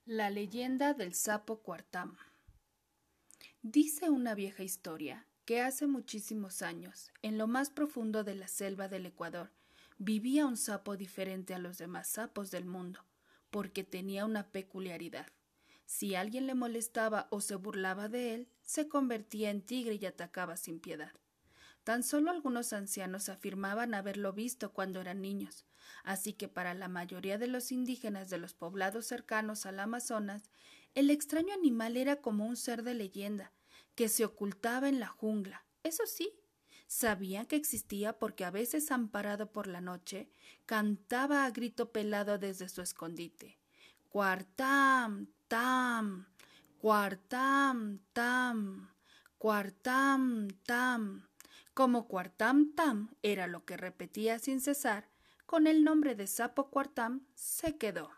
La leyenda del sapo Cuartám. Dice una vieja historia que hace muchísimos años, en lo más profundo de la selva del Ecuador, vivía un sapo diferente a los demás sapos del mundo, porque tenía una peculiaridad. Si alguien le molestaba o se burlaba de él, se convertía en tigre y atacaba sin piedad. Tan solo algunos ancianos afirmaban haberlo visto cuando eran niños, así que para la mayoría de los indígenas de los poblados cercanos al Amazonas, el extraño animal era como un ser de leyenda, que se ocultaba en la jungla. Eso sí, sabían que existía porque a veces, amparado por la noche, cantaba a grito pelado desde su escondite. Cuartám, tam, cuartám, tam, cuartám, tam. Como Cuartám Tam era lo que repetía sin cesar, con el nombre de sapo Cuartám se quedó.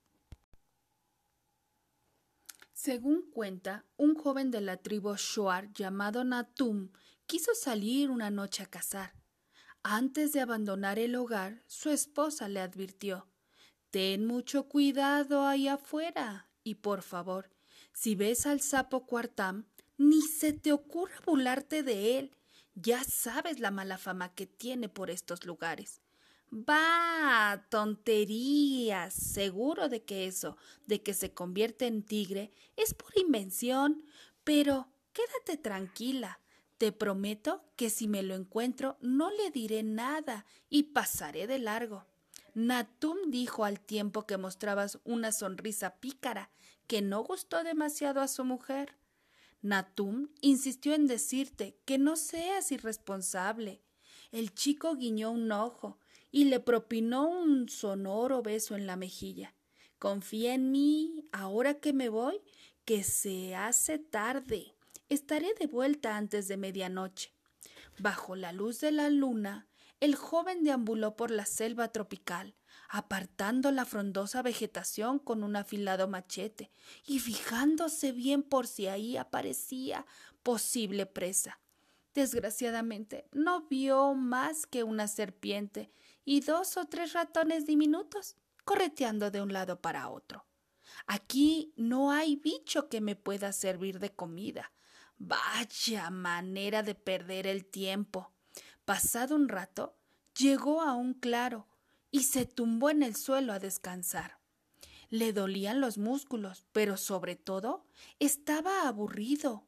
Según cuenta, un joven de la tribu Shuar llamado Natum quiso salir una noche a cazar. Antes de abandonar el hogar, su esposa le advirtió: «Ten mucho cuidado ahí afuera y, por favor, si ves al sapo Cuartám, ni se te ocurra burlarte de él. Ya sabes la mala fama que tiene por estos lugares». «Bah, tonterías. Seguro de que eso, de que se convierte en tigre, es pura invención. Pero quédate tranquila. Te prometo que si me lo encuentro no le diré nada y pasaré de largo». Natum dijo al tiempo que mostrabas una sonrisa pícara que no gustó demasiado a su mujer. Natum insistió en decirte que no seas irresponsable. El chico guiñó un ojo y le propinó un sonoro beso en la mejilla. «Confía en mí, ahora que me voy, que se hace tarde. Estaré de vuelta antes de medianoche». Bajo la luz de la luna, el joven deambuló por la selva tropical, apartando la frondosa vegetación con un afilado machete y fijándose bien por si ahí aparecía posible presa. Desgraciadamente, no vio más que una serpiente y 2 o 3 ratones diminutos correteando de un lado para otro. «Aquí no hay bicho que me pueda servir de comida». Vaya manera de perder el tiempo. Pasado un rato, llegó a un claro y se tumbó en el suelo a descansar. Le dolían los músculos, pero sobre todo estaba aburrido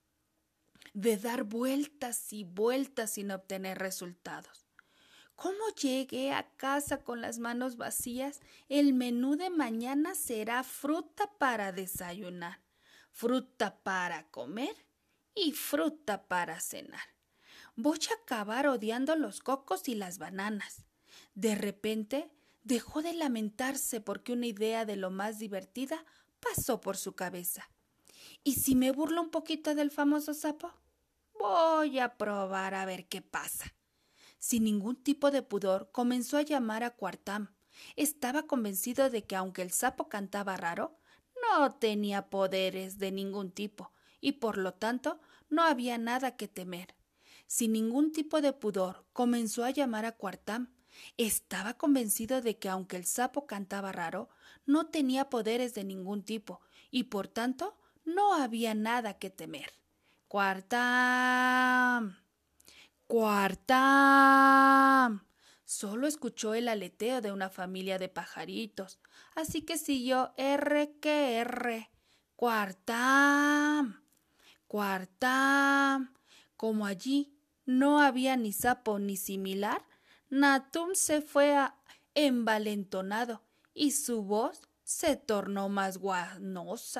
de dar vueltas y vueltas sin obtener resultados. «¿Cómo llegué a casa con las manos vacías? El menú de mañana será fruta para desayunar, fruta para comer y fruta para cenar. Voy a acabar odiando los cocos y las bananas». De repente dejó de lamentarse porque una idea de lo más divertida pasó por su cabeza. «¿Y si me burlo un poquito del famoso sapo? Voy a probar a ver qué pasa». Sin ningún tipo de pudor, comenzó a llamar a Cuartám. Estaba convencido de que aunque el sapo cantaba raro, no tenía poderes de ningún tipo y por lo tanto no había nada que temer. Sin ningún tipo de pudor, comenzó a llamar a Cuartám. Estaba convencido de que aunque el sapo cantaba raro, no tenía poderes de ningún tipo y por tanto no había nada que temer. «Cuartám, Cuartám». Solo escuchó el aleteo de una familia de pajaritos, así que siguió R que R. «Cuartám, Cuartám». Como allí no había ni sapo ni similar, Natum se fue envalentonado y su voz se tornó más guanosa.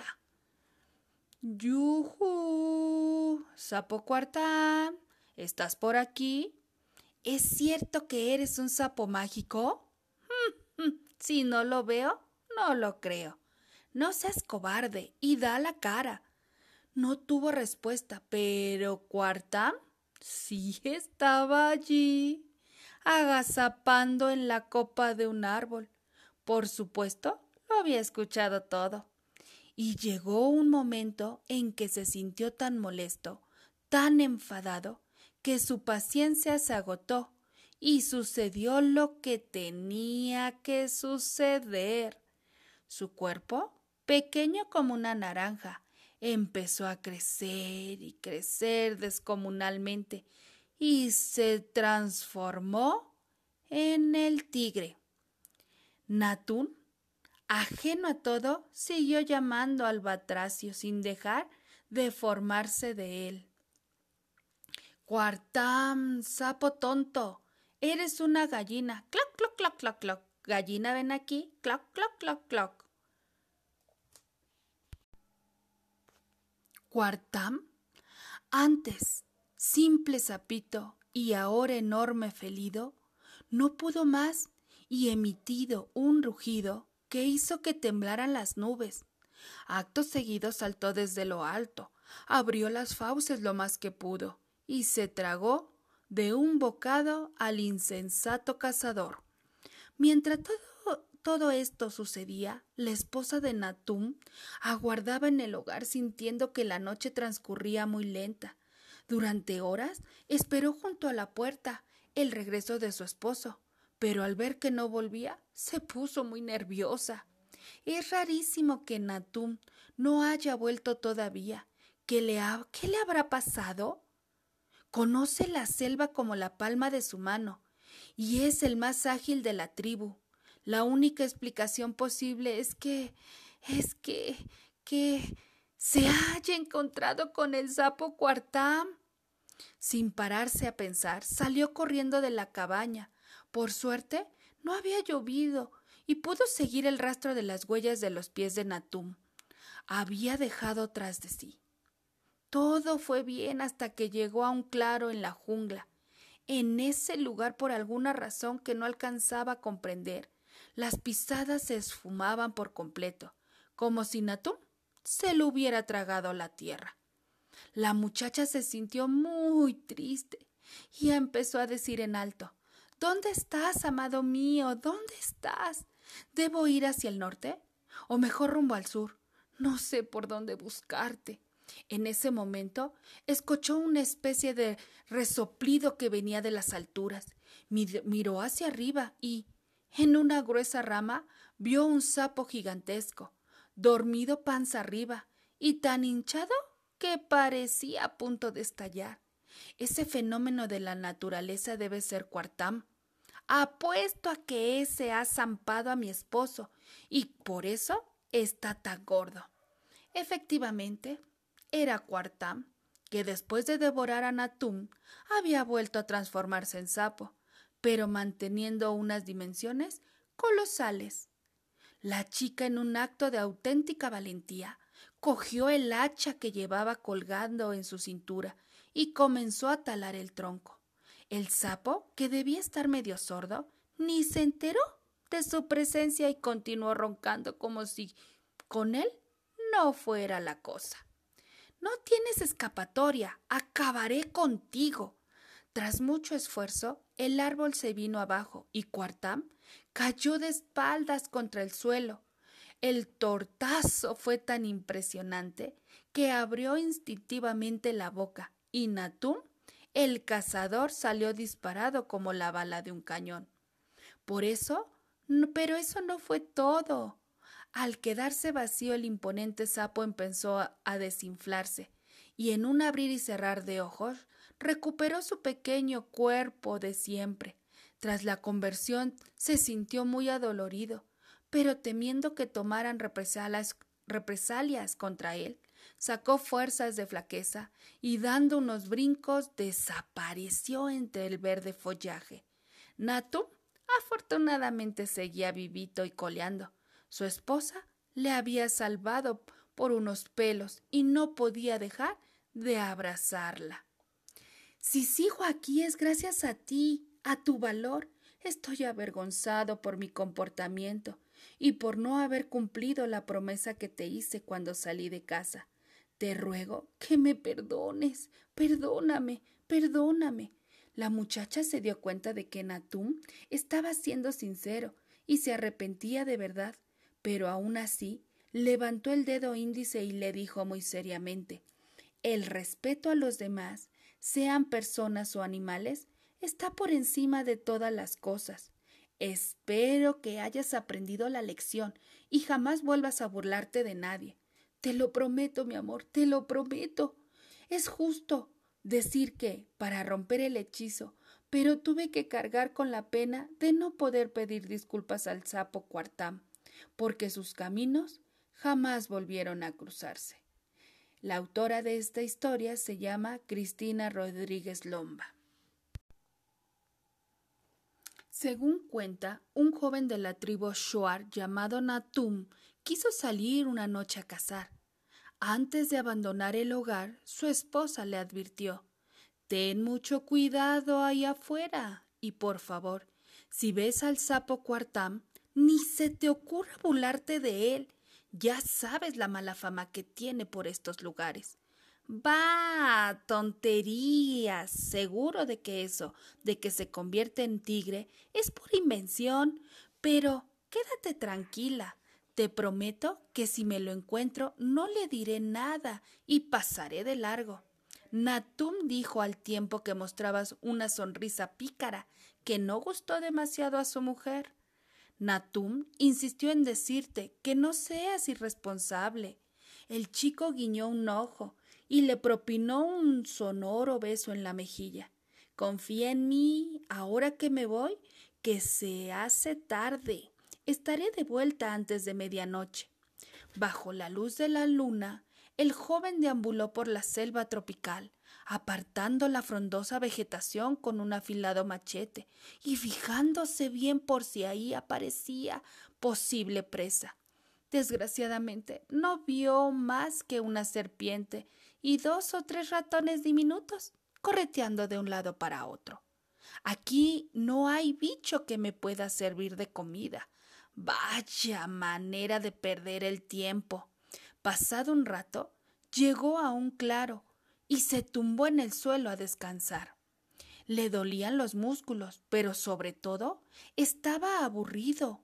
«Yujú, sapo Cuartám, ¿estás por aquí? ¿Es cierto que eres un sapo mágico? Si no lo veo, no lo creo. No seas cobarde y da la cara». No tuvo respuesta, pero Cuartám sí estaba allí, agazapando en la copa de un árbol. Por supuesto, lo había escuchado todo. Y llegó un momento en que se sintió tan molesto, tan enfadado, que su paciencia se agotó y sucedió lo que tenía que suceder. Su cuerpo pequeño como una naranja, empezó a crecer y crecer descomunalmente y se transformó en el tigre. Natún, ajeno a todo, siguió llamando al batracio sin dejar de formarse de él. Cuartám, sapo tonto, eres una gallina. Cloc, cloc, cloc, cloc, cloc. Gallina, ven aquí. Cloc, cloc, cloc, cloc. Cuartám, antes simple sapito y ahora enorme felido, no pudo más y emitido un rugido que hizo que temblaran las nubes. Acto seguido saltó desde lo alto, abrió las fauces lo más que pudo y se tragó de un bocado al insensato cazador. Mientras todo esto sucedía, la esposa de Natún aguardaba en el hogar sintiendo que la noche transcurría muy lenta. Durante horas esperó junto a la puerta el regreso de su esposo, pero al ver que no volvía, se puso muy nerviosa. Es rarísimo que Natún no haya vuelto todavía. ¿Qué le habrá pasado? Conoce la selva como la palma de su mano y es el más ágil de la tribu. La única explicación posible es que se haya encontrado con el sapo Cuartám. Sin pararse a pensar, salió corriendo de la cabaña. Por suerte, no había llovido y pudo seguir el rastro de las huellas de los pies de Natún. Había dejado tras de sí. Todo fue bien hasta que llegó a un claro en la jungla. En ese lugar, por alguna razón que no alcanzaba a comprender, las pisadas se esfumaban por completo, como si Natún se lo hubiera tragado la tierra. La muchacha se sintió muy triste y empezó a decir en alto: ¿Dónde estás, amado mío? ¿Dónde estás? ¿Debo ir hacia el norte? ¿O mejor rumbo al sur? No sé por dónde buscarte. En ese momento escuchó una especie de resoplido que venía de las alturas. Miró hacia arriba y, en una gruesa rama, vio un sapo gigantesco, dormido panza arriba y tan hinchado que parecía a punto de estallar. Ese fenómeno de la naturaleza debe ser Cuartám. Apuesto a que ese ha zampado a mi esposo y por eso está tan gordo. Efectivamente, era Cuartám, que después de devorar a Natún había vuelto a transformarse en sapo, pero manteniendo unas dimensiones colosales. La chica, en un acto de auténtica valentía, cogió el hacha que llevaba colgando en su cintura y comenzó a talar el tronco. El sapo, que debía estar medio sordo, ni se enteró de su presencia y continuó roncando como si con él no fuera la cosa. No tienes escapatoria, acabaré contigo. Tras mucho esfuerzo, el árbol se vino abajo y Cuartám cayó de espaldas contra el suelo. El tortazo fue tan impresionante que abrió instintivamente la boca y Natún, el cazador, salió disparado como la bala de un cañón. Pero eso no fue todo. Al quedarse vacío, el imponente sapo empezó a desinflarse y en un abrir y cerrar de ojos recuperó su pequeño cuerpo de siempre. Tras la conversión se sintió muy adolorido, pero temiendo que tomaran represalias contra él, sacó fuerzas de flaqueza y dando unos brincos desapareció entre el verde follaje. Natún afortunadamente seguía vivito y coleando. Su esposa le había salvado por unos pelos y no podía dejar de abrazarla. Si sigo aquí es gracias a ti, a tu valor. Estoy avergonzado por mi comportamiento y por no haber cumplido la promesa que te hice cuando salí de casa. Te ruego que me perdones. Perdóname, perdóname. La muchacha se dio cuenta de que Natún estaba siendo sincero y se arrepentía de verdad, pero aún así levantó el dedo índice y le dijo muy seriamente: el respeto a los demás, sean personas o animales, está por encima de todas las cosas. Espero que hayas aprendido la lección y jamás vuelvas a burlarte de nadie. Te lo prometo, mi amor, te lo prometo. Es justo decir que, para romper el hechizo, pero tuve que cargar con la pena de no poder pedir disculpas al sapo Cuartán, porque sus caminos jamás volvieron a cruzarse. La autora de esta historia se llama Cristina Rodríguez Lomba. Según cuenta, un joven de la tribu Shuar llamado Natum quiso salir una noche a cazar. Antes de abandonar el hogar, su esposa le advirtió: «Ten mucho cuidado ahí afuera y, por favor, si ves al sapo Cuartán, ni se te ocurra burlarte de él. Ya sabes la mala fama que tiene por estos lugares». «Bah, tonterías. Seguro de que eso, de que se convierte en tigre, es pura invención. Pero quédate tranquila. Te prometo que si me lo encuentro no le diré nada y pasaré de largo». Natum dijo al tiempo que mostrabas una sonrisa pícara que no gustó demasiado a su mujer. Natum insistió en decirte que no seas irresponsable. El chico guiñó un ojo y le propinó un sonoro beso en la mejilla. «Confía en mí, ahora que me voy, que se hace tarde. Estaré de vuelta antes de medianoche». Bajo la luz de la luna, el joven deambuló por la selva tropical, apartando la frondosa vegetación con un afilado machete y fijándose bien por si ahí aparecía posible presa. Desgraciadamente, no vio más que una serpiente y 2 o 3 ratones diminutos correteando de un lado para otro. «Aquí no hay bicho que me pueda servir de comida». Vaya manera de perder el tiempo. Pasado un rato, llegó a un claro y se tumbó en el suelo a descansar. Le dolían los músculos, pero sobre todo estaba aburrido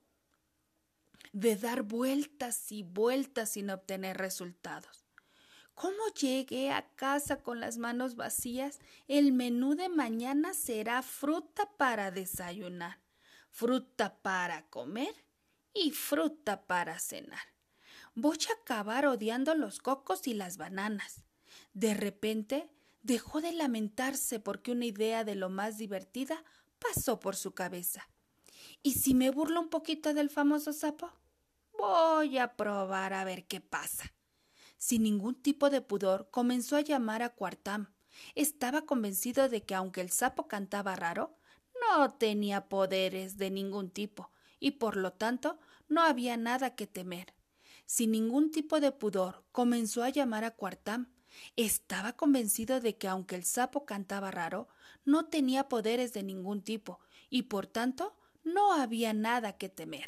de dar vueltas y vueltas sin obtener resultados. «¿Cómo llegué a casa con las manos vacías? El menú de mañana será fruta para desayunar, fruta para comer y fruta para cenar. Voy a acabar odiando los cocos y las bananas». De repente dejó de lamentarse porque una idea de lo más divertida pasó por su cabeza. «¿Y si me burlo un poquito del famoso sapo? Voy a probar a ver qué pasa». Sin ningún tipo de pudor comenzó a llamar a Cuartán. Estaba convencido de que aunque el sapo cantaba raro, no tenía poderes de ningún tipo y por lo tanto no había nada que temer. Sin ningún tipo de pudor comenzó a llamar a Cuartán. Estaba convencido de que aunque el sapo cantaba raro, no tenía poderes de ningún tipo y por tanto no había nada que temer.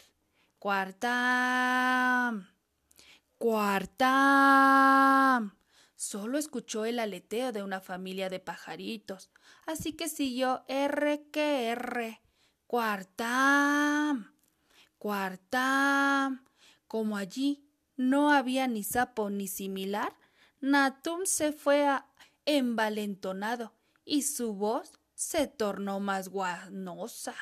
«Cuartán, Cuartán». Solo escuchó el aleteo de una familia de pajaritos, así que siguió R que R. «Cuartán, Cuartán». Como allí no había ni sapo ni similar, Natum se fue envalentonado y su voz se tornó más guanosa.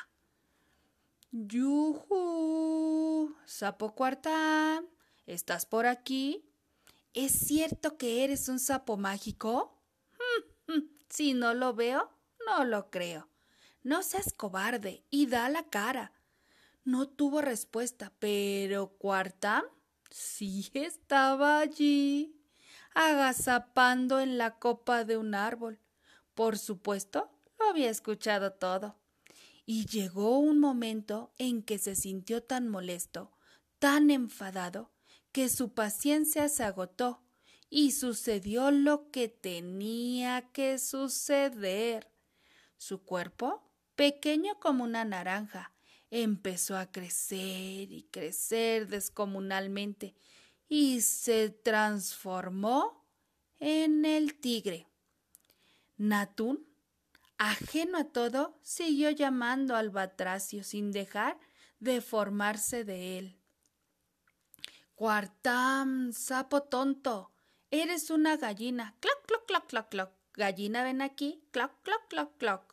«Yujú, sapo Cuartán, ¿estás por aquí? ¿Es cierto que eres un sapo mágico? Si no lo veo, no lo creo. No seas cobarde y da la cara». No tuvo respuesta, pero Cuartán sí estaba allí, agazapando en la copa de un árbol. Por supuesto, lo había escuchado todo. Y llegó un momento en que se sintió tan molesto, tan enfadado, que su paciencia se agotó y sucedió lo que tenía que suceder. Su cuerpo, pequeño como una naranja, empezó a crecer y crecer descomunalmente y se transformó en el tigre. Natún, ajeno a todo, siguió llamando al batracio sin dejar de formarse de él. «Cuartán, sapo tonto, eres una gallina. Cloc, cloc, cloc, cloc, cloc. Gallina, ven aquí. Cloc, cloc, cloc, cloc».